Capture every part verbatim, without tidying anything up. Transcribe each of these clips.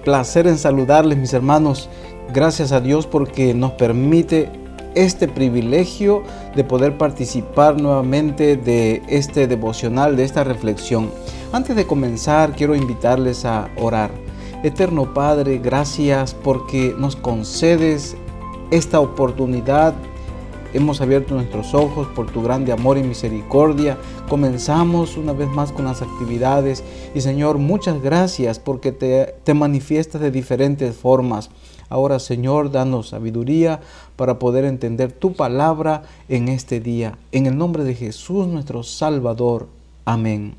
placer en saludarles, mis hermanos. Gracias a Dios porque nos permite este privilegio de poder participar nuevamente de este devocional, de esta reflexión. Antes de comenzar, quiero invitarles a orar. Eterno Padre, gracias porque nos concedes esta oportunidad. Hemos abierto nuestros ojos por tu grande amor y misericordia. Comenzamos una vez más con las actividades. Y Señor, muchas gracias porque te, te manifiestas de diferentes formas. Ahora, Señor, danos sabiduría para poder entender tu palabra en este día. En el nombre de Jesús, nuestro Salvador. Amén.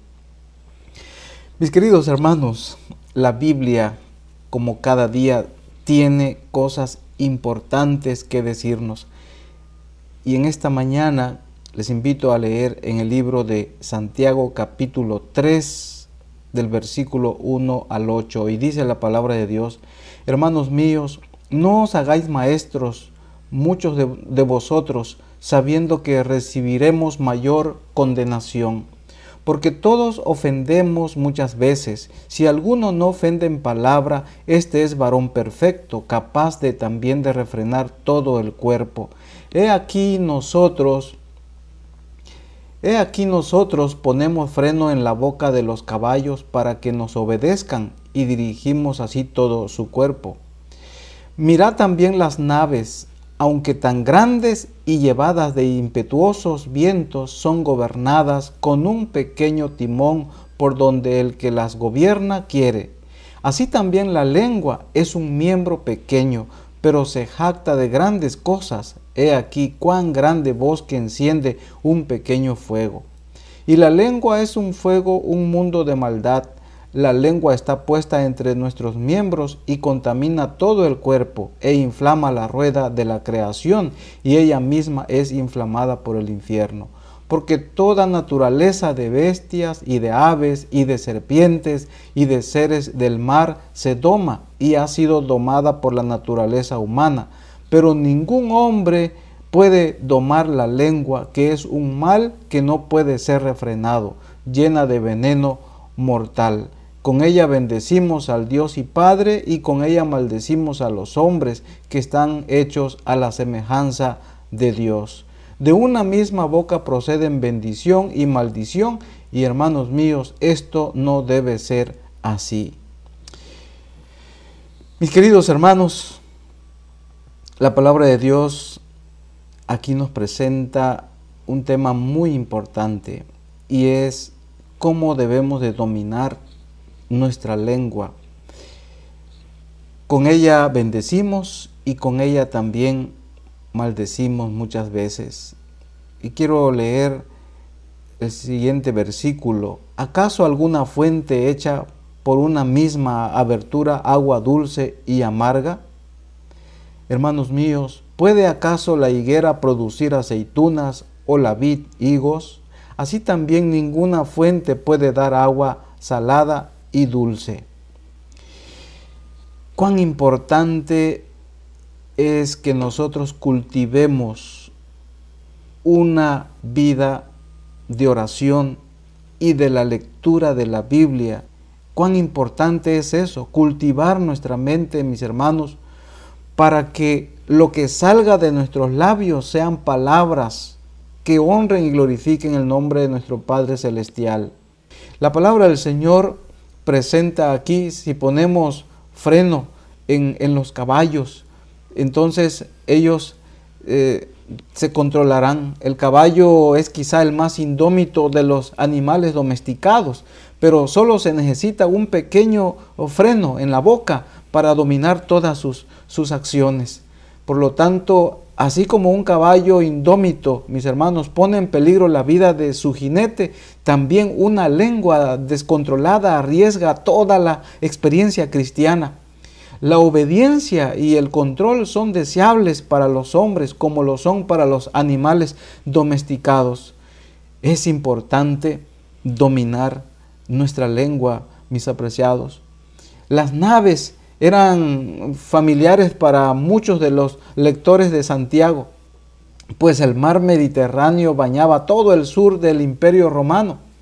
Mis queridos hermanos, la Biblia, como cada día, tiene cosas importantes que decirnos. Y en esta mañana les invito a leer en el libro de Santiago capítulo tres del versículo uno al ocho. Y dice la palabra de Dios: hermanos míos, no os hagáis maestros muchos de, de vosotros, sabiendo que recibiremos mayor condenación. Porque todos ofendemos muchas veces. Si alguno no ofende en palabra, este es varón perfecto, capaz de también de refrenar todo el cuerpo. He aquí nosotros, he aquí nosotros ponemos freno en la boca de los caballos para que nos obedezcan y dirigimos así todo su cuerpo. Mirad también las naves, aunque tan grandes y llevadas de impetuosos vientos, son gobernadas con un pequeño timón por donde el que las gobierna quiere. Así también la lengua es un miembro pequeño, pero se jacta de grandes cosas. He aquí cuán grande bosque enciende un pequeño fuego. Y la lengua es un fuego, un mundo de maldad. La lengua está puesta entre nuestros miembros y contamina todo el cuerpo e inflama la rueda de la creación, y ella misma es inflamada por el infierno. Porque toda naturaleza de bestias y de aves y de serpientes y de seres del mar se doma y ha sido domada por la naturaleza humana. Pero ningún hombre puede domar la lengua, que es un mal que no puede ser refrenado, llena de veneno mortal. Con ella bendecimos al Dios y Padre, y con ella maldecimos a los hombres que están hechos a la semejanza de Dios. De una misma boca proceden bendición y maldición, y hermanos míos, esto no debe ser así. Mis queridos hermanos, la palabra de Dios aquí nos presenta un tema muy importante, y es cómo debemos de dominar nuestra lengua. Con ella bendecimos y con ella también maldecimos muchas veces. Y quiero leer el siguiente versículo. ¿Acaso alguna fuente hecha por una misma abertura agua dulce y amarga? Hermanos míos, ¿puede acaso la higuera producir aceitunas o la vid higos? Así también ninguna fuente puede dar agua salada y dulce. Cuán importante es que nosotros cultivemos una vida de oración y de la lectura de la Biblia. Cuán importante es eso, cultivar nuestra mente, mis hermanos, para que lo que salga de nuestros labios sean palabras que honren y glorifiquen el nombre de nuestro Padre Celestial. La palabra del Señor presenta aquí, si ponemos freno en, en los caballos, entonces ellos eh, se controlarán. El caballo es quizá el más indómito de los animales domesticados, pero solo se necesita un pequeño freno en la boca para dominar todas sus, sus acciones. Por lo tanto, así como un caballo indómito, mis hermanos, pone en peligro la vida de su jinete, también una lengua descontrolada arriesga toda la experiencia cristiana. La obediencia y el control son deseables para los hombres como lo son para los animales domesticados. Es importante dominar nuestra lengua, mis apreciados. Las naves eran familiares para muchos de los lectores de Santiago, pues el mar Mediterráneo bañaba todo el sur del Imperio Romano.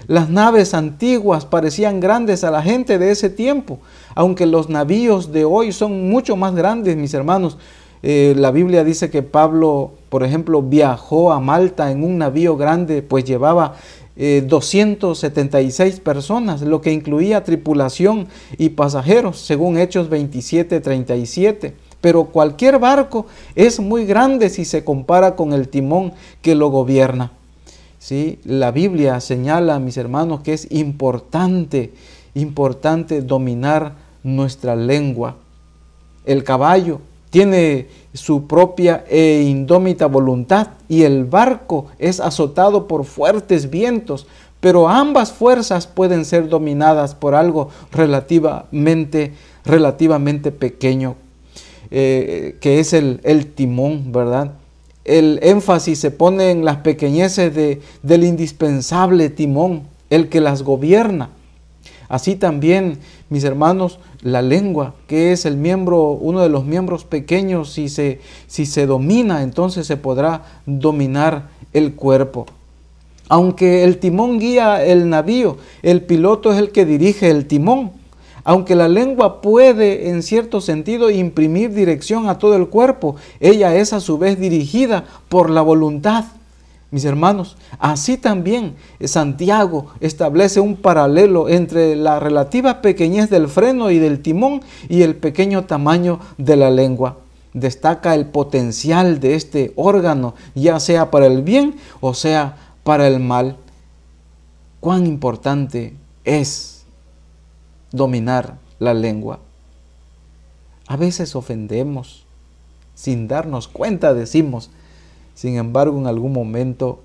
Las naves antiguas parecían grandes a la gente de ese tiempo, aunque los navíos de hoy son mucho más grandes, mis hermanos. Eh, la Biblia dice que Pablo, por ejemplo, viajó a Malta en un navío grande, pues llevaba eh, doscientas setenta y seis personas, lo que incluía tripulación y pasajeros, según Hechos veintisiete, treinta y siete. Pero cualquier barco es muy grande si se compara con el timón que lo gobierna. ¿Sí? La Biblia señala, mis hermanos, que es importante, importante dominar nuestra lengua. El caballo tiene su propia e indómita voluntad y el barco es azotado por fuertes vientos, pero ambas fuerzas pueden ser dominadas por algo relativamente, relativamente pequeño, eh, que es el, el timón, ¿verdad? El énfasis se pone en las pequeñeces de, del indispensable timón, el que las gobierna. Así también, mis hermanos, la lengua, que es el miembro, uno de los miembros pequeños, si se, si se domina, entonces se podrá dominar el cuerpo. Aunque el timón guía el navío, el piloto es el que dirige el timón. Aunque la lengua puede, en cierto sentido, imprimir dirección a todo el cuerpo, ella es a su vez dirigida por la voluntad. Mis hermanos, así también Santiago establece un paralelo entre la relativa pequeñez del freno y del timón y el pequeño tamaño de la lengua. Destaca el potencial de este órgano, ya sea para el bien o sea para el mal. Cuán importante es dominar la lengua. A veces ofendemos, sin darnos cuenta decimos, sin embargo en algún momento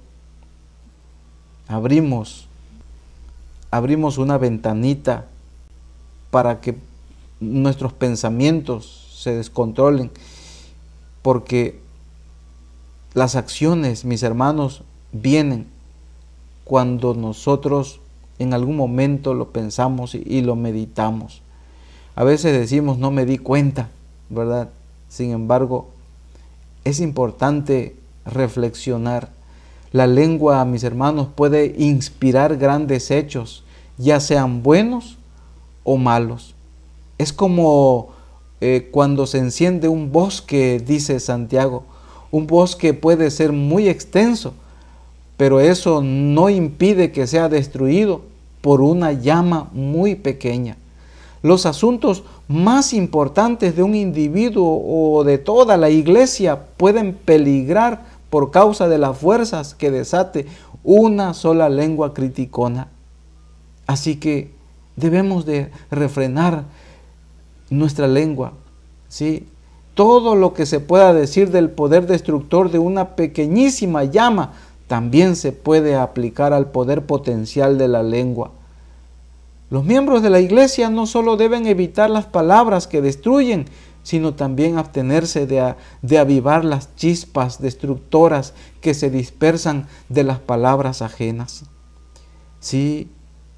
abrimos, abrimos una ventanita para que nuestros pensamientos se descontrolen, porque las acciones, mis hermanos, vienen cuando nosotros en algún momento lo pensamos y lo meditamos. A veces decimos, no me di cuenta, ¿verdad? Sin embargo, es importante reflexionar. La lengua, mis hermanos, puede inspirar grandes hechos, ya sean buenos o malos. Es como eh, cuando se enciende un bosque, dice Santiago. Un bosque puede ser muy extenso, pero eso no impide que sea destruido por una llama muy pequeña. Los asuntos más importantes de un individuo o de toda la iglesia pueden peligrar por causa de las fuerzas que desate una sola lengua criticona. Así que debemos de refrenar nuestra lengua, ¿sí? Todo lo que se pueda decir del poder destructor de una pequeñísima llama también se puede aplicar al poder potencial de la lengua. Los miembros de la iglesia no solo deben evitar las palabras que destruyen, sino también abstenerse de, de avivar las chispas destructoras que se dispersan de las palabras ajenas. Sí,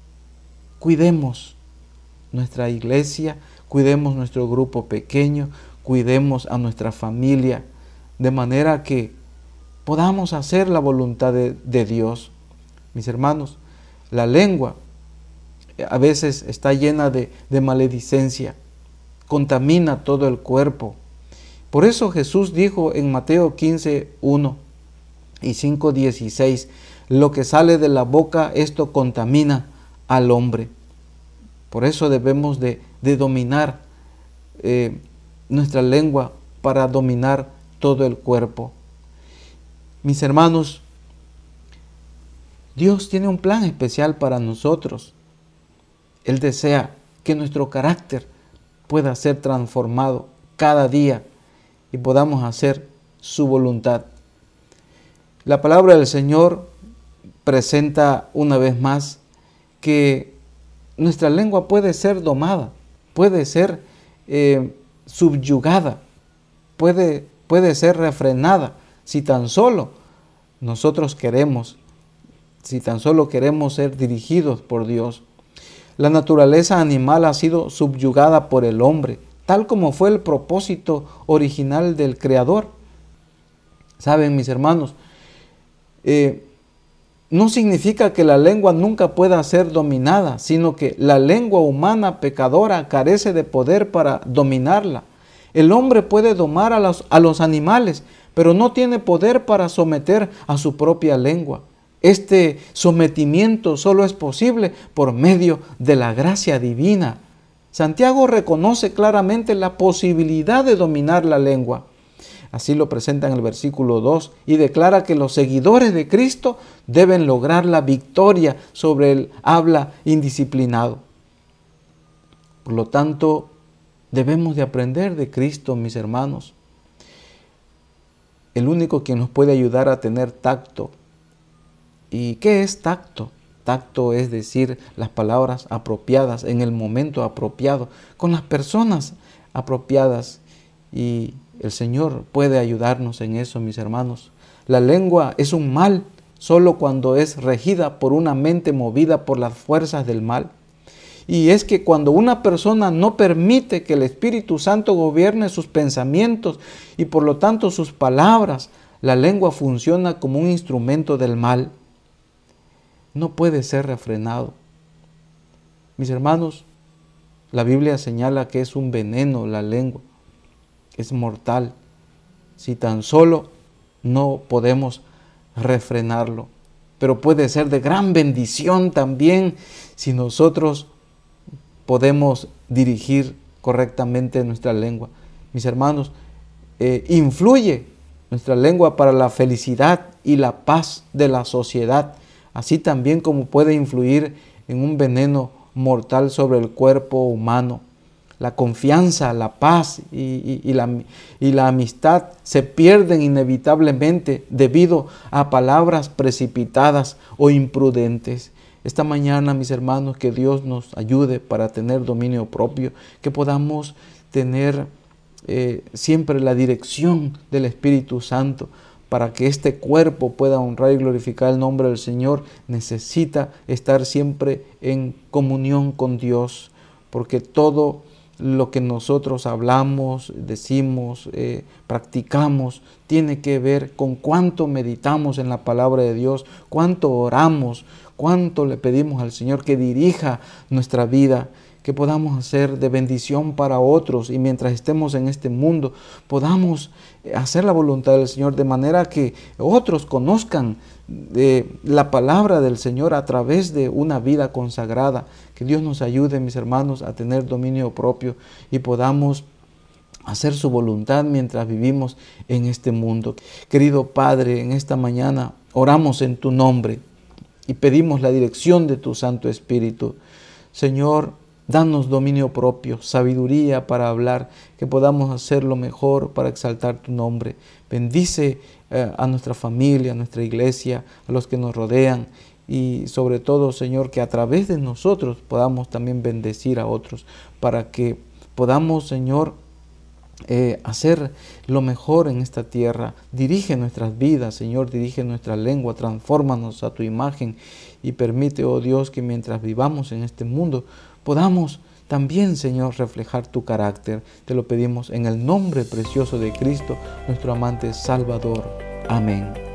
cuidemos nuestra iglesia, cuidemos nuestro grupo pequeño, cuidemos a nuestra familia, de manera que podamos hacer la voluntad de, de Dios. Mis hermanos, la lengua a veces está llena de, de maledicencia, contamina todo el cuerpo. Por eso Jesús dijo en Mateo quince, uno y cinco, dieciséis, lo que sale de la boca, esto contamina al hombre. Por eso debemos de, de dominar eh, nuestra lengua para dominar todo el cuerpo. Mis hermanos, Dios tiene un plan especial para nosotros. Él desea que nuestro carácter pueda ser transformado cada día y podamos hacer su voluntad. La palabra del Señor presenta una vez más que nuestra lengua puede ser domada, puede ser eh, subyugada, puede, puede ser refrenada si tan solo nosotros queremos, si tan solo queremos ser dirigidos por Dios. La naturaleza animal ha sido subyugada por el hombre, tal como fue el propósito original del Creador. Saben, mis hermanos, eh, no significa que la lengua nunca pueda ser dominada, sino que la lengua humana pecadora carece de poder para dominarla. El hombre puede domar a los, a los animales, pero no tiene poder para someter a su propia lengua. Este sometimiento solo es posible por medio de la gracia divina. Santiago reconoce claramente la posibilidad de dominar la lengua. Así lo presenta en el versículo dos y declara que los seguidores de Cristo deben lograr la victoria sobre el habla indisciplinado. Por lo tanto, debemos de aprender de Cristo, mis hermanos. El único que nos puede ayudar a tener tacto. ¿Y qué es tacto? Tacto es decir las palabras apropiadas en el momento apropiado, con las personas apropiadas. Y el Señor puede ayudarnos en eso, mis hermanos. La lengua es un mal solo cuando es regida por una mente movida por las fuerzas del mal. Y es que cuando una persona no permite que el Espíritu Santo gobierne sus pensamientos y por lo tanto sus palabras, la lengua funciona como un instrumento del mal. No puede ser refrenado. Mis hermanos, la Biblia señala que es un veneno la lengua. Es mortal. Si tan solo no podemos refrenarlo. Pero puede ser de gran bendición también si nosotros podemos dirigir correctamente nuestra lengua. Mis hermanos, eh, influye nuestra lengua para la felicidad y la paz de la sociedad, así también como puede influir en un veneno mortal sobre el cuerpo humano. La confianza, la paz y, y, y, la, y la amistad se pierden inevitablemente debido a palabras precipitadas o imprudentes. Esta mañana, mis hermanos, que Dios nos ayude para tener dominio propio, que podamos tener eh, siempre la dirección del Espíritu Santo para que este cuerpo pueda honrar y glorificar el nombre del Señor. Necesita estar siempre en comunión con Dios, porque todo lo que nosotros hablamos, decimos, eh, practicamos, tiene que ver con cuánto meditamos en la palabra de Dios, cuánto oramos, cuánto le pedimos al Señor que dirija nuestra vida, que podamos hacer de bendición para otros y mientras estemos en este mundo podamos hacer la voluntad del Señor de manera que otros conozcan de la palabra del Señor a través de una vida consagrada. Que Dios nos ayude, mis hermanos, a tener dominio propio y podamos hacer su voluntad mientras vivimos en este mundo. Querido Padre, en esta mañana oramos en tu nombre y pedimos la dirección de tu Santo Espíritu. Señor, danos dominio propio, sabiduría para hablar, que podamos hacerlo mejor para exaltar tu nombre. Bendice eh, a nuestra familia, a nuestra iglesia, a los que nos rodean y sobre todo, Señor, que a través de nosotros podamos también bendecir a otros para que podamos, Señor, eh, hacer lo mejor en esta tierra. Dirige nuestras vidas, Señor, dirige nuestra lengua, transfórmanos a tu imagen y permite, oh Dios, que mientras vivamos en este mundo podamos también, Señor, reflejar tu carácter. Te lo pedimos en el nombre precioso de Cristo, nuestro amante Salvador. Amén.